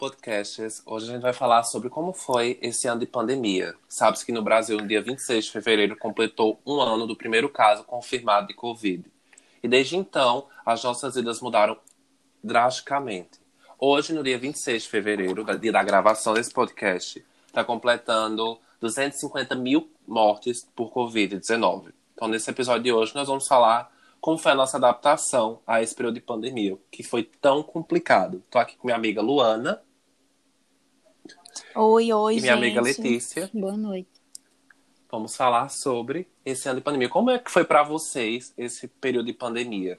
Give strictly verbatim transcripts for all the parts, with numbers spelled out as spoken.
Podcasts. Hoje a gente vai falar sobre como foi esse ano de pandemia. Sabe-se que no Brasil, no dia vinte e seis de fevereiro, completou um ano do primeiro caso confirmado de Covid. E desde então, as nossas vidas mudaram drasticamente. Hoje, no dia vinte e seis de fevereiro, dia da gravação desse podcast, está completando duzentos e cinquenta mil mortes por covid dezenove. Então, nesse episódio de hoje, nós vamos falar como foi a nossa adaptação a esse período de pandemia, que foi tão complicado. Estou aqui com minha amiga Luana. Oi, oi, e minha gente. amiga Letícia. Boa noite. Vamos falar sobre esse ano de pandemia. Como é que foi para vocês esse período de pandemia?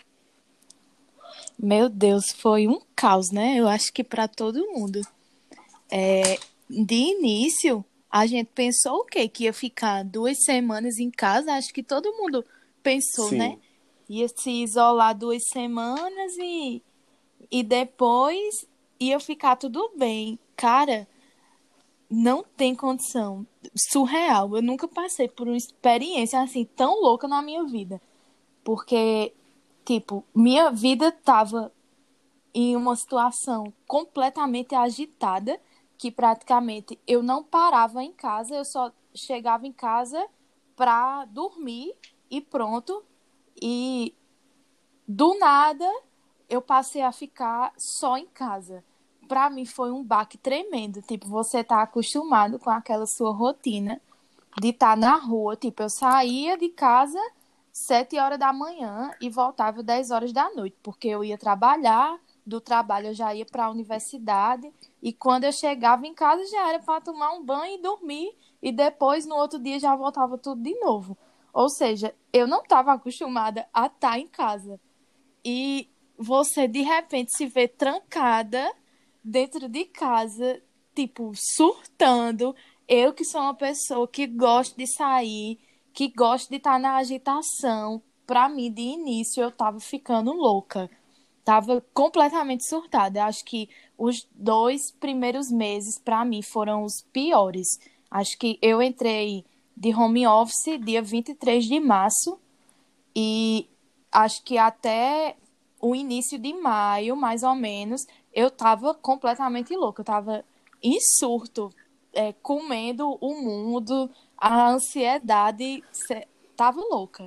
Meu Deus, foi um caos, né? Eu acho que para todo mundo. É, de início, a gente pensou o quê? Que ia ficar duas semanas em casa. Acho que todo mundo pensou, Sim. né? Ia se isolar duas semanas e, e depois ia ficar tudo bem. Cara, não tem condição. Surreal. Eu nunca passei por uma experiência assim tão louca na minha vida. Porque, tipo, minha vida tava em uma situação completamente agitada, que praticamente eu não parava em casa, eu só chegava em casa pra dormir e pronto. E do nada eu passei a ficar só em casa. Pra mim foi um baque tremendo. Tipo, você tá acostumado com aquela sua rotina de estar na rua. Tipo, eu saía de casa sete horas da manhã e voltava dez horas da noite, porque eu ia trabalhar, do trabalho eu já ia para a universidade, e quando eu chegava em casa já era para tomar um banho e dormir, e depois no outro dia já voltava tudo de novo. Ou seja, eu não estava acostumada a estar em casa. E você de repente se vê trancada dentro de casa, tipo, surtando. Eu que sou uma pessoa que gosta de sair, que gosta de estar na agitação, pra mim, de início, eu tava ficando louca. Tava completamente surtada. Eu acho que os dois primeiros meses, pra mim, foram os piores. Acho que eu entrei de home office dia vinte e três de março e acho que até o início de maio, mais ou menos, eu tava completamente louca. Eu tava em surto, é, comendo o mundo, a ansiedade, cê, tava louca.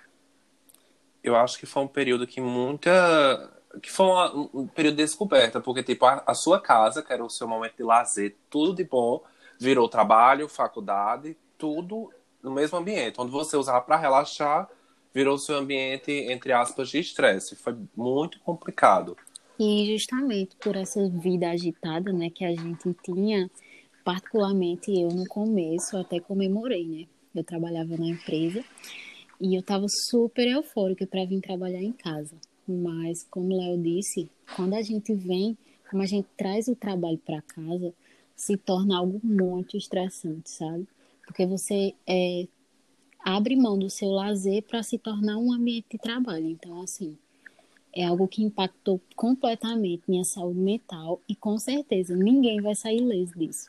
Eu acho que foi um período que muita... que foi uma- um período de descoberta, porque, tipo, a, a sua casa, que era o seu momento de lazer, tudo de bom, virou trabalho, faculdade, tudo no mesmo ambiente. Onde você usava para relaxar, virou o seu ambiente, entre aspas, de estresse. Foi muito complicado. E justamente por essa vida agitada, né, que a gente tinha, particularmente eu no começo até comemorei, né? Eu trabalhava na empresa e eu estava super eufórica para vir trabalhar em casa. Mas, como o Léo disse, quando a gente vem, como a gente traz o trabalho para casa, se torna algo muito estressante, sabe? Porque você é, abre mão do seu lazer para se tornar um ambiente de trabalho. Então, assim, é algo que impactou completamente minha saúde mental e com certeza ninguém vai sair ileso disso.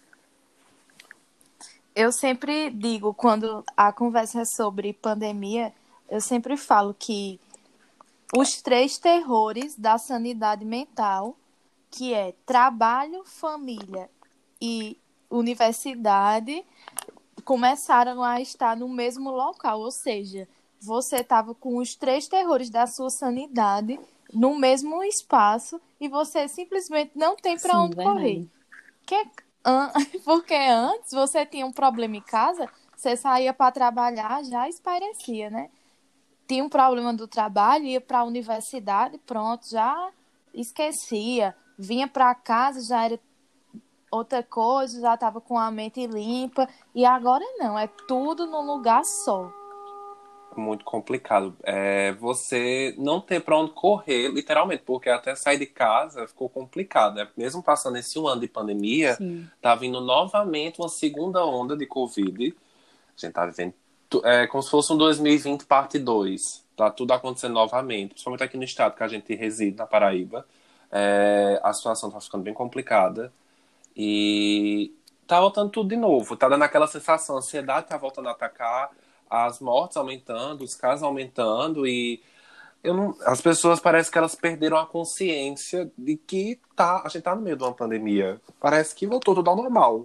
Eu sempre digo, quando a conversa é sobre pandemia, eu sempre falo que os três terrores da sanidade mental, que é trabalho, família e universidade, começaram a estar no mesmo local. Ou seja, você estava com os três terrores da sua sanidade no mesmo espaço e você simplesmente não tem para Sim, onde correr. verdade. Que, an- Porque antes você tinha um problema em casa, você saía para trabalhar, já espairecia, né? Tinha um problema do trabalho, ia para a universidade, pronto, já esquecia. Vinha para casa, já era outra coisa, já estava com a mente limpa. E agora não, é tudo num lugar só. Muito complicado. É, você não ter para onde correr, literalmente, porque até sair de casa ficou complicado, né? Mesmo passando esse um ano de pandemia, Sim. tá vindo novamente uma segunda onda de Covid. A gente tá vivendo tu- é, como se fosse um dois mil e vinte parte dois. Tá tudo acontecendo novamente, principalmente aqui no estado que a gente reside, na Paraíba. É, a situação tá ficando bem complicada. E tá voltando tudo de novo. Tá dando aquela sensação, a ansiedade tá voltando a atacar, as mortes aumentando, os casos aumentando e Eu não, as pessoas parece que elas perderam a consciência de que tá, a gente tá no meio de uma pandemia. Parece que voltou tudo ao normal.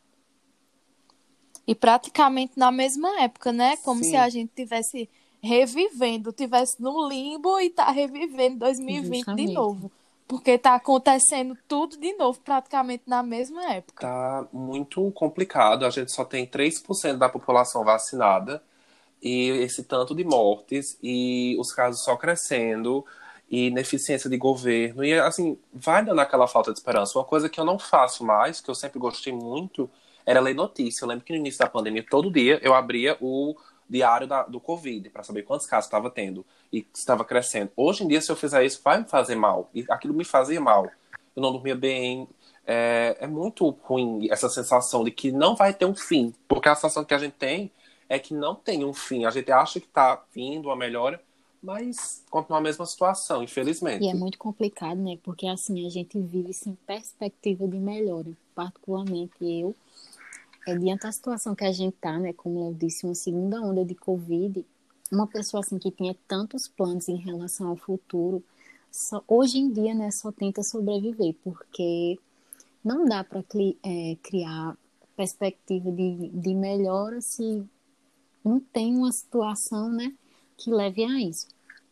E praticamente na mesma época, né? Como se Sim, a gente tivesse revivendo, tivesse no limbo e tá revivendo dois mil e vinte de Justamente. novo. Porque tá acontecendo tudo de novo, praticamente na mesma época. tá muito complicado. A gente só tem três por cento da população vacinada e esse tanto de mortes e os casos só crescendo e ineficiência de governo. E, assim, vai dando aquela falta de esperança. Uma coisa que eu não faço mais, que eu sempre gostei muito, era ler notícia. Eu lembro que no início da pandemia, todo dia, eu abria o diário da- do Covid para saber quantos casos estava tendo e se estava crescendo. Hoje em dia, se eu fizer isso, vai me fazer mal. E aquilo me fazia mal. Eu não dormia bem. É, é muito ruim essa sensação de que não vai ter um fim. Porque a sensação que a gente tem é que não tem um fim. A gente acha que está vindo uma melhora, mas continua a mesma situação, E é infelizmente. muito complicado, né? Porque assim, a gente vive sem perspectiva de melhora. Particularmente eu, é, diante da situação que a gente tá, né? Como eu disse, uma segunda onda de Covid, uma pessoa assim que tinha tantos planos em relação ao futuro, só, hoje em dia, né, só tenta sobreviver, porque não dá para é, criar perspectiva de, de melhora se não tem uma situação, né, que leve a isso.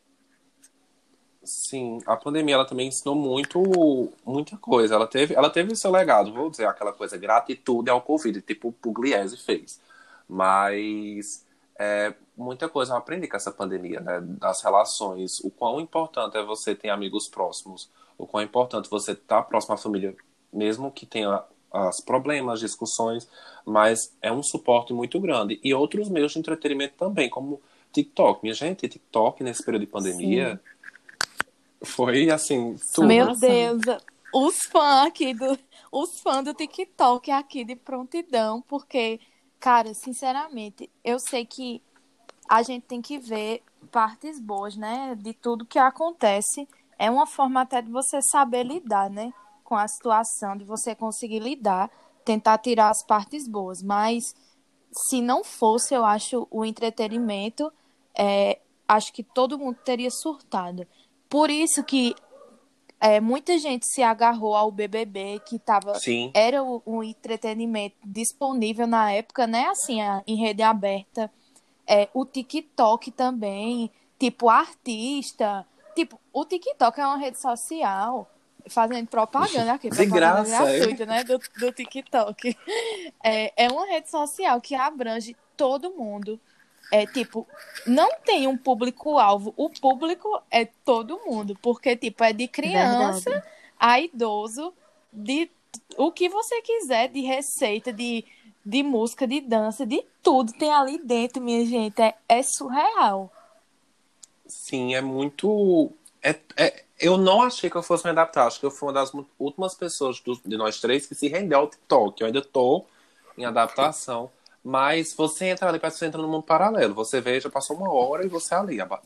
Sim, a pandemia ela também ensinou muito, muita coisa. Ela teve, ela teve o seu legado, vou dizer, aquela coisa, gratitude ao Covid, tipo o Pugliese fez. Mas é, muita coisa eu aprendi com essa pandemia, né? Das relações, o quão importante é você ter amigos próximos, o quão importante você estar próximo à família, mesmo que tenha as problemas, discussões, mas é um suporte muito grande. E outros meios de entretenimento também, como TikTok. Minha gente, TikTok nesse período de Sim, pandemia foi assim, Meu tudo. salvação. Deus, os fãs aqui do, os fãs do TikTok aqui de prontidão, porque, cara, sinceramente, eu sei que a gente tem que ver partes boas, né, de tudo que acontece. É uma forma até de você saber lidar, né, com a situação, de você conseguir lidar, tentar tirar as partes boas. Mas se não fosse, eu acho, o entretenimento, é, acho que todo mundo teria surtado. Por isso que é, muita gente se agarrou ao B B B, que tava, Sim, era o, um entretenimento disponível na época, né? Assim, a- em rede aberta. É, o TikTok também, tipo, artista. Tipo, o TikTok é uma rede social, fazendo propaganda aqui, de propaganda graça, é. gratuita, né? Do, do TikTok. É, é uma rede social que abrange todo mundo. É tipo, não tem um público-alvo. O público é todo mundo, porque tipo, é de criança Verdade. a idoso, de o que você quiser, de receita, de, de música, de dança, de tudo tem ali dentro, minha gente. É, é surreal. Sim, é muito. É, é- eu não achei que eu fosse me adaptar. Acho que eu fui uma das mu- últimas pessoas do- de nós três que se rendeu ao TikTok. Eu ainda tô em adaptação. Mas você entra ali, parece que você entra no mundo paralelo. Você vê, já passou uma hora e você é ali. aba-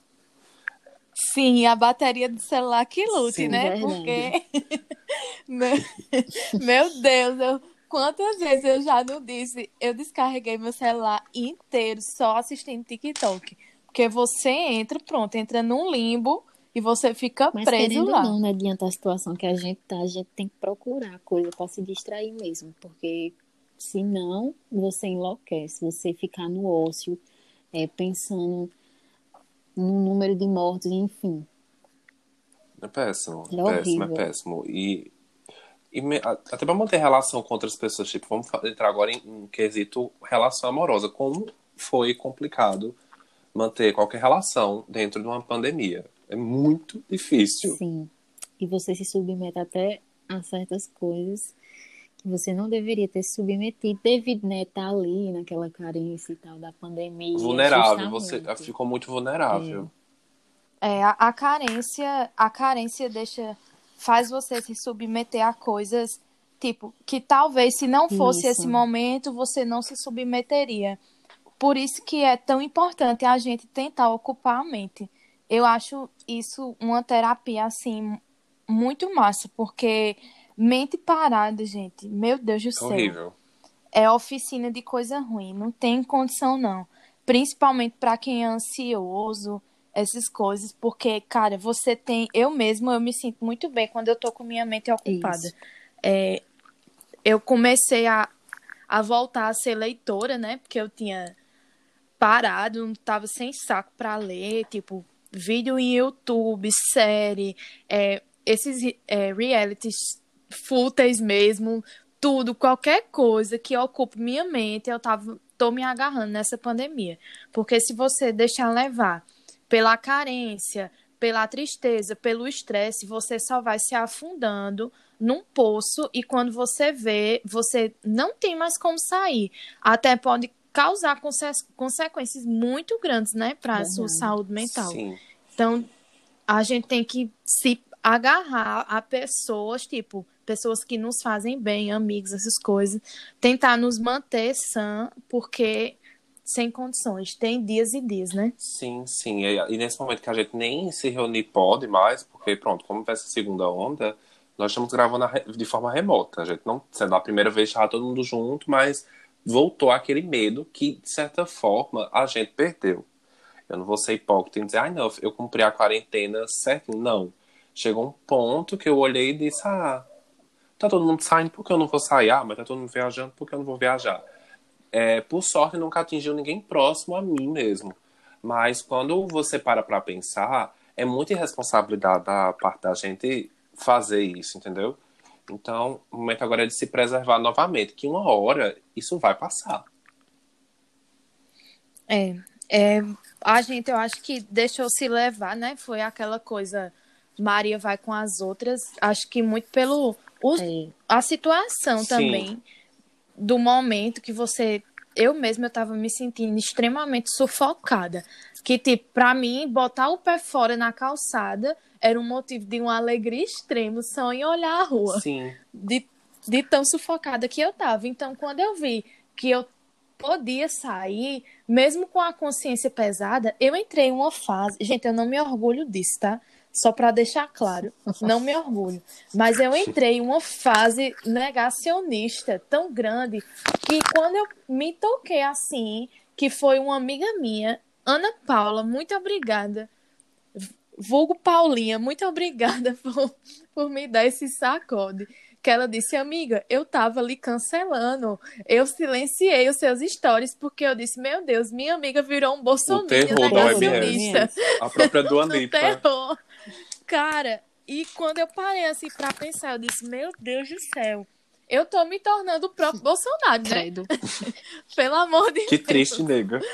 Sim, a bateria do celular que lute, Sim, né? Verdade. Porque, meu, meu Deus, eu, quantas vezes eu já não disse, eu descarreguei meu celular inteiro só assistindo TikTok. Porque você entra, pronto, entra num limbo e você fica Mas preso querendo ou lá. não, né, diante da situação que a gente tá, a gente tem que procurar coisa para se distrair mesmo, porque senão você enlouquece, você ficar no ócio, é, pensando no número de mortos, enfim, é péssimo, é péssimo, é horrível. péssimo. E, e me- a- até pra manter relação com outras pessoas, tipo, vamos fa- entrar agora em um quesito relação amorosa. Como foi complicado manter qualquer relação dentro de uma pandemia? É muito difícil. Sim. E você se submete até a certas coisas que você não deveria ter se submetido devido, né, estar ali naquela carência e tal da pandemia, Vulnerável, você justamente. ficou muito É, vulnerável. É, a, a carência, a carência deixa, faz você se submeter a coisas, tipo, que talvez se não fosse esse isso, momento, você não se submeteria. Por isso que é tão importante a gente tentar ocupar a mente. Eu acho isso uma terapia, assim, muito massa, porque mente parada, gente, meu Deus do É céu, horrível. é oficina de coisa ruim, não tem condição não. Principalmente para quem é ansioso, essas coisas, porque, cara, você tem... Eu mesma, eu me sinto muito bem quando eu tô com minha mente ocupada. É, eu comecei a, a voltar a ser leitora, né? Porque eu tinha parado, não tava sem saco pra ler, tipo, vídeo em YouTube, série, é, esses é, realities fúteis mesmo, tudo, qualquer coisa que ocupe minha mente, eu tava, tô me agarrando nessa pandemia. Porque se você deixar levar pela carência, pela tristeza, pelo estresse, você só vai se afundando num poço e quando você vê, você não tem mais como sair. Até pode causar conse- consequências muito grandes, né, para a sua Verdade. saúde mental. Sim. Então, a gente tem que se agarrar a pessoas, tipo, pessoas que nos fazem bem, amigos, essas coisas, tentar nos manter sã, porque sem condições, tem dias e dias, né? Sim, sim. E, e nesse momento que a gente nem se reunir pode mais, porque, pronto, como vai ser a segunda onda, nós estamos gravando a re- de forma remota. A gente não, sendo a primeira vez, já todo mundo junto, mas voltou aquele medo que, de certa forma, a gente perdeu. Eu não vou ser hipócrita e dizer, ai, não, eu cumpri a quarentena certinho. Não. Chegou um ponto que eu olhei e disse, ah, tá todo mundo saindo, por que eu não vou sair? Ah, mas tá todo mundo viajando, por que eu não vou viajar? É, por sorte, nunca atingiu ninguém próximo a mim mesmo. Mas quando você para pra pensar, é muita irresponsabilidade da parte da gente fazer isso, entendeu? Então, o momento agora é de se preservar novamente, que uma hora isso vai passar. É, é, a gente, eu acho que deixou se levar, né? Foi aquela coisa, Maria vai com as outras, acho que muito pelo o- É, a situação Sim, também, do momento que você... Eu mesma, eu tava me sentindo extremamente sufocada. Que, tipo, pra mim, botar o pé fora na calçada era um motivo de uma alegria extrema só em olhar a rua. sim. De, de tão sufocada que eu tava. Então, quando eu vi que eu podia sair, mesmo com a consciência pesada, eu entrei em uma fase... Gente, eu não me orgulho disso, tá? Só pra deixar claro, não me orgulho. Mas eu entrei em uma fase negacionista tão grande que quando eu me toquei assim, que foi uma amiga minha, Ana Paula, muito obrigada. Vulgo Paulinha, muito obrigada por, por me dar esse sacode. Que ela disse, amiga, eu tava lhe cancelando. Eu silenciei os seus stories porque eu disse, meu Deus, minha amiga virou um O bolsominion terror da negacionista. O M S. A própria Dua Um Lipa. terror. Cara, e quando eu parei assim pra pensar, eu disse, meu Deus do céu, eu tô me tornando o próprio Bolsonaro, né? credo. Pelo amor de Que triste, Deus. nega.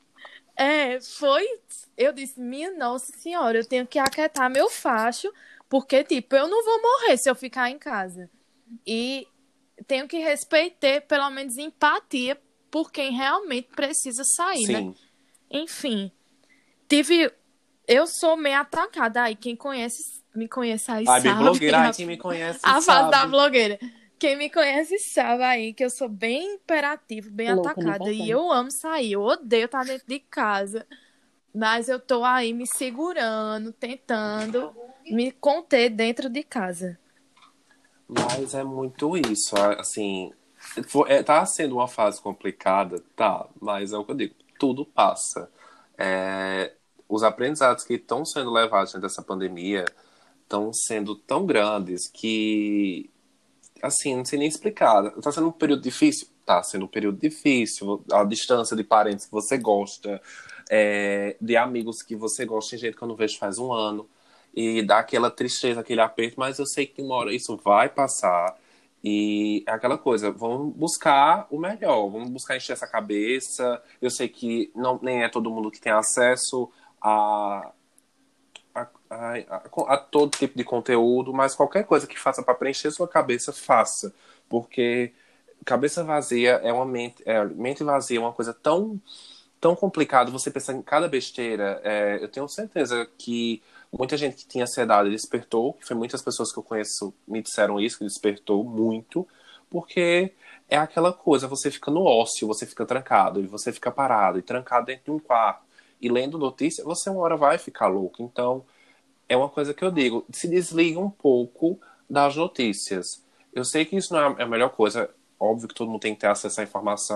É, foi. Eu disse, minha nossa senhora, eu tenho que aquietar meu facho, porque, tipo, eu não vou morrer se eu ficar em casa. E tenho que respeitar, pelo menos, empatia por quem realmente precisa sair, né? Sim. Enfim, tive. Eu sou meio atacada aí. Quem conhece, me conhece aí Ai, bem sabe. blogueira. Ai, A, quem me conhece a fase da sabe. blogueira. Quem me conhece sabe aí que eu sou bem imperativa, bem Louca, né, atacada. E papai? eu amo sair. Eu odeio estar dentro de casa. Mas eu tô aí me segurando, tentando me conter dentro de casa. Mas é muito isso, assim, fo- é, tá sendo uma fase complicada, tá, mas é o que eu digo, tudo passa. É, os aprendizados que estão sendo levados dentro dessa pandemia estão sendo tão grandes que, assim, não sei nem explicar. Tá sendo um período difícil? Tá sendo um período difícil, a distância de parentes que você gosta, é, de amigos que você gosta, tem gente que eu não vejo faz um ano. E dá aquela tristeza, aquele aperto, mas eu sei que uma hora isso vai passar. E é aquela coisa, vamos buscar o melhor, vamos buscar encher essa cabeça. Eu sei que não, nem é todo mundo que tem acesso a, a, a, a, a todo tipo de conteúdo, mas qualquer coisa que faça para preencher sua cabeça, faça. Porque cabeça vazia é uma mente, é, mente vazia é uma coisa tão tão complicado você pensar em cada besteira. É, eu tenho certeza que muita gente que tinha ansiedade despertou, que foi muitas pessoas que eu conheço me disseram isso, que despertou muito, porque é aquela coisa, você fica no ócio, você fica trancado, e você fica parado, e trancado dentro de um quarto, e lendo notícia, você uma hora vai ficar louco. Então, é uma coisa que eu digo, se desliga um pouco das notícias. Eu sei que isso não é a melhor coisa, óbvio que todo mundo tem que ter acesso à informação,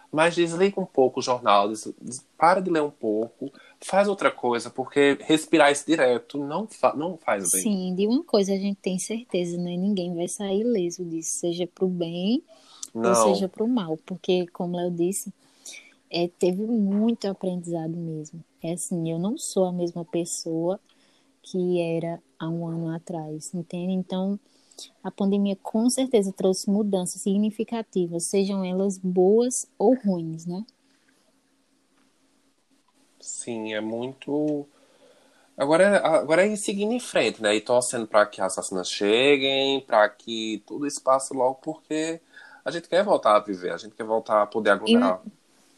Mas desliga um pouco o jornal, des- des- para de ler um pouco, faz outra coisa, porque respirar isso direto não, fa- não faz bem. Sim, de uma coisa a gente tem certeza, né? Ninguém vai sair ileso disso, seja pro bem ou Não, seja pro mal, porque, como eu disse, é, teve muito aprendizado mesmo. É assim, eu não sou a mesma pessoa que era há um ano atrás, entende? Então, a pandemia com certeza trouxe mudanças significativas, sejam elas boas ou ruins, né? sim, é muito. Agora, é- agora é ir seguindo em frente, né? E torcendo para que as vacinas cheguem, para que tudo isso passe logo, porque a gente quer voltar a viver, a gente quer voltar a poder Im- aglomerar.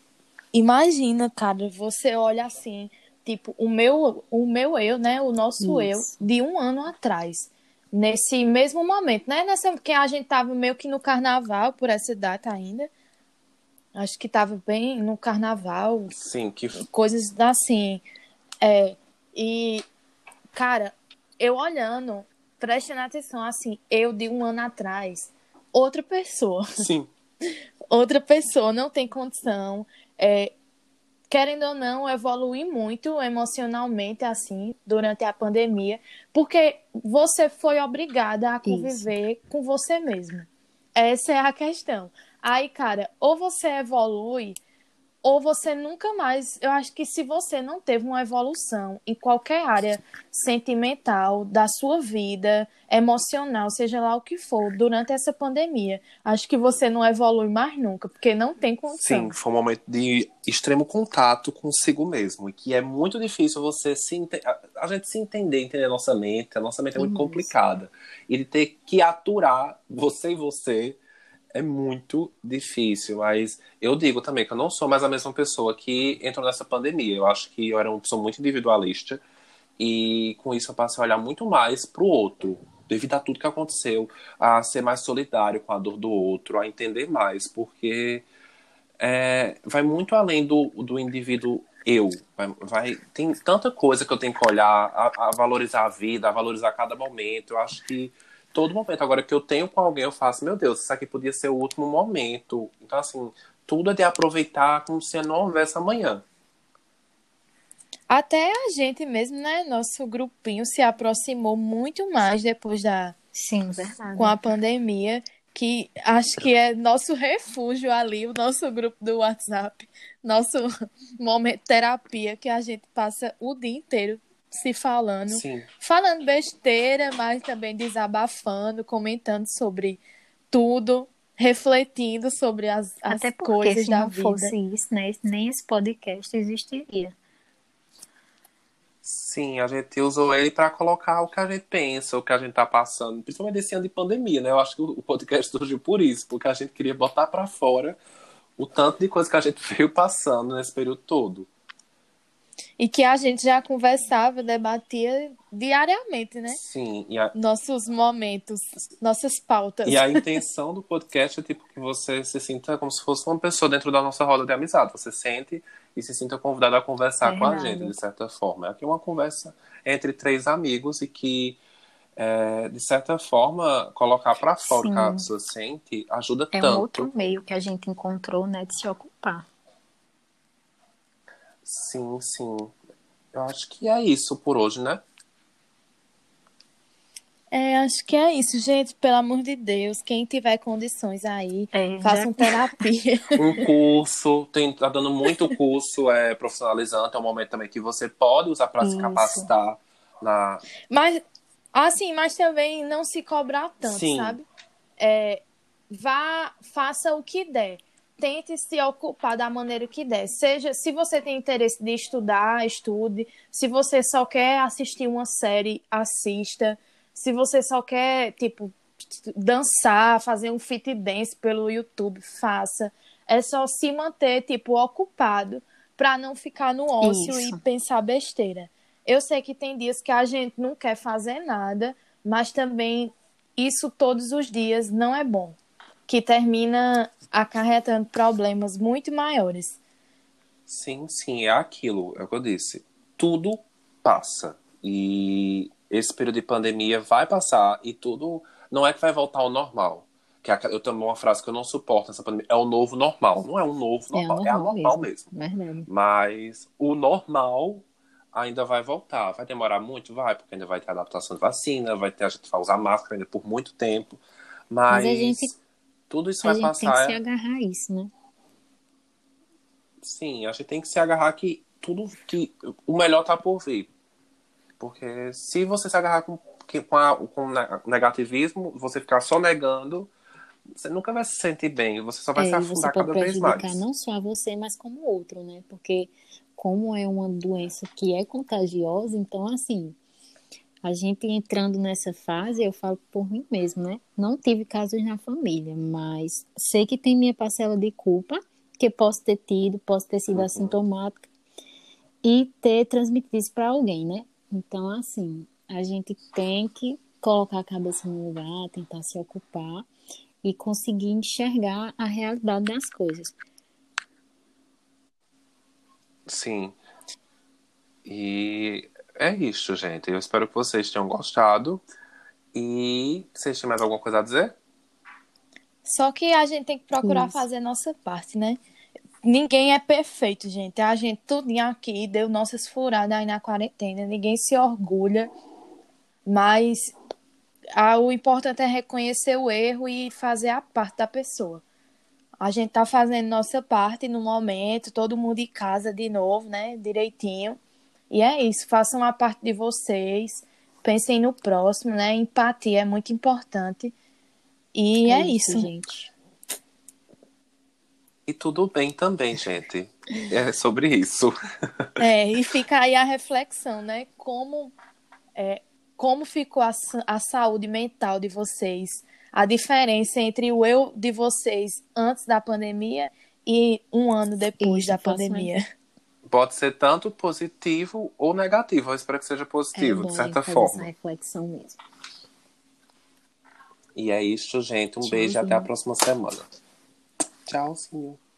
Imagina, cara, você olha assim, tipo, o meu, o meu eu, né? O nosso eu, Isso, de um ano atrás. Nesse mesmo momento, né? Nessa, que a gente tava meio que no carnaval, por essa data ainda. Acho que tava bem no carnaval, Sim, que coisas assim. É, e, cara, eu olhando, prestando atenção, assim, eu de um ano atrás, outra pessoa, sim, outra pessoa não tem condição. É, querendo ou não, eu evolui muito emocionalmente, assim, durante a pandemia, porque você foi obrigada a isso. conviver com você mesmo. Essa é a questão. Aí, cara, ou você evolui ou você nunca mais. Eu acho que se você não teve uma evolução em qualquer área sentimental da sua vida, emocional, seja lá o que for, durante essa pandemia, acho que você não evolui mais nunca, porque não tem sim, condição. foi um momento de extremo contato consigo mesmo, e que é muito difícil você se ente- a, a gente se entender, entender a nossa mente, a nossa mente é muito Isso. complicada. E de ter que aturar você e você é muito difícil, mas eu digo também que eu não sou mais a mesma pessoa que entrou nessa pandemia. Eu acho que eu era uma pessoa muito individualista e com isso eu passei a olhar muito mais pro outro, devido a tudo que aconteceu, a ser mais solidário com a dor do outro, a entender mais, porque é, vai muito além do, do indivíduo eu. Vai, vai- tem tanta coisa que eu tenho que olhar, a, a valorizar a vida, a valorizar cada momento. Eu acho que todo momento agora que eu tenho com alguém, eu faço, meu Deus, isso aqui podia ser o último momento. Então, assim, tudo é de aproveitar como se não houvesse amanhã. Até a gente mesmo, né? Nosso grupinho se aproximou muito mais depois da Sim, com verdade. a pandemia, que acho que é nosso refúgio ali, o nosso grupo do WhatsApp, nosso momento de terapia, que a gente passa o dia inteiro se falando, Sim, falando besteira, mas também desabafando, comentando sobre tudo, refletindo sobre as, as Até porque coisas se da não vida. fosse isso, né, nem esse podcast existiria. sim, a gente usou ele para colocar o que a gente pensa, o que a gente tá passando, principalmente esse ano de pandemia, né? Eu acho que o podcast surgiu por isso, porque a gente queria botar para fora o tanto de coisa que a gente veio passando nesse período todo. E que a gente já conversava, debatia diariamente, né? Sim, e a, Nossos momentos, nossas e pautas. a intenção do podcast é tipo que você se sinta como se fosse uma pessoa dentro da nossa roda de amizade. Você sente e se sinta convidado a conversar com a gente, Verdade. de certa forma. Aqui é uma conversa entre três amigos e que, é, de certa forma, colocar para fora o que a Sim, pessoa sente ajuda é um tanto. outro meio que a gente encontrou, né, de se ocupar. Sim, sim. Eu acho que é isso por hoje, né? É, acho que é isso, gente. Pelo amor de Deus, quem tiver condições aí, É, já façam terapia. Um curso, tem, tá dando muito curso é, profissionalizante, é um momento também que você pode usar para se isso. capacitar na. Mas, assim, mas também não se cobrar tanto, Sim, sabe? Vá, faça o que der. Tente se ocupar da maneira que der. Seja, se você tem interesse de estudar, estude. Se você só quer assistir uma série, assista. Se você só quer, tipo, dançar, fazer um fit dance pelo YouTube, faça. É só se manter, tipo, ocupado para não ficar no ócio e Isso. pensar besteira. Eu sei que tem dias que a gente não quer fazer nada, mas também isso todos os dias não é bom, que termina acarretando problemas muito maiores. sim, sim, é aquilo, é o que eu disse. Tudo passa. E esse período de pandemia vai passar e tudo não é que vai voltar ao normal. Que eu tenho uma frase que eu não suporto nessa pandemia. É o novo normal. Não é um novo É normal, é a normal normal mesmo. mesmo. Verdade. Mas o normal ainda vai voltar. Vai demorar muito? Vai, porque ainda vai ter adaptação de vacina, vai ter, a gente vai usar máscara ainda por muito tempo. Mas a gente, Mas tudo isso a vai gente tem que se passar. agarrar a isso, né? Sim, a gente tem que se agarrar que tudo que o melhor tá por vir. Porque se você se agarrar com, que- com, a- com o negativismo, você ficar só negando, você nunca vai se sentir bem. Você só vai se É, e você afundar pode cada vez prejudicar mais. não só a você, mas como o outro, né? Porque como é uma doença que é contagiosa, então assim, a gente entrando nessa fase, eu falo por mim mesmo, né? Não tive casos na família, mas sei que tem minha parcela de culpa, que posso ter tido, posso ter sido Uhum. assintomática e ter transmitido isso para alguém, né? Então, assim, a gente tem que colocar a cabeça no lugar, tentar se ocupar e conseguir enxergar a realidade das coisas. Sim. E é isso, gente. Eu espero que vocês tenham gostado. E vocês têm mais alguma coisa a dizer? Só que a gente tem que procurar Isso. fazer a nossa parte, né? Ninguém é perfeito, gente. A gente tudinho aqui deu nossas furadas aí na quarentena. Ninguém se orgulha, mas ah, o importante é reconhecer o erro e fazer a parte da pessoa. A gente tá fazendo nossa parte no momento, todo mundo em casa de novo, né? Direitinho. E é isso, façam a parte de vocês, pensem no próximo, né? Empatia é muito importante. E É é isso, isso. gente. E tudo bem também, gente. É sobre isso. É, e fica aí a reflexão, né? Como, é, como ficou a, a saúde mental de vocês? A diferença entre o eu de vocês antes da pandemia e um ano depois Isso, da façam. pandemia. Pode ser tanto positivo ou negativo. Eu espero que seja É positivo, de bom a gente certa fazer essa forma. reflexão mesmo. E é isso, gente. Um beijo e até a Tchauzinho. próxima semana. Tchauzinho.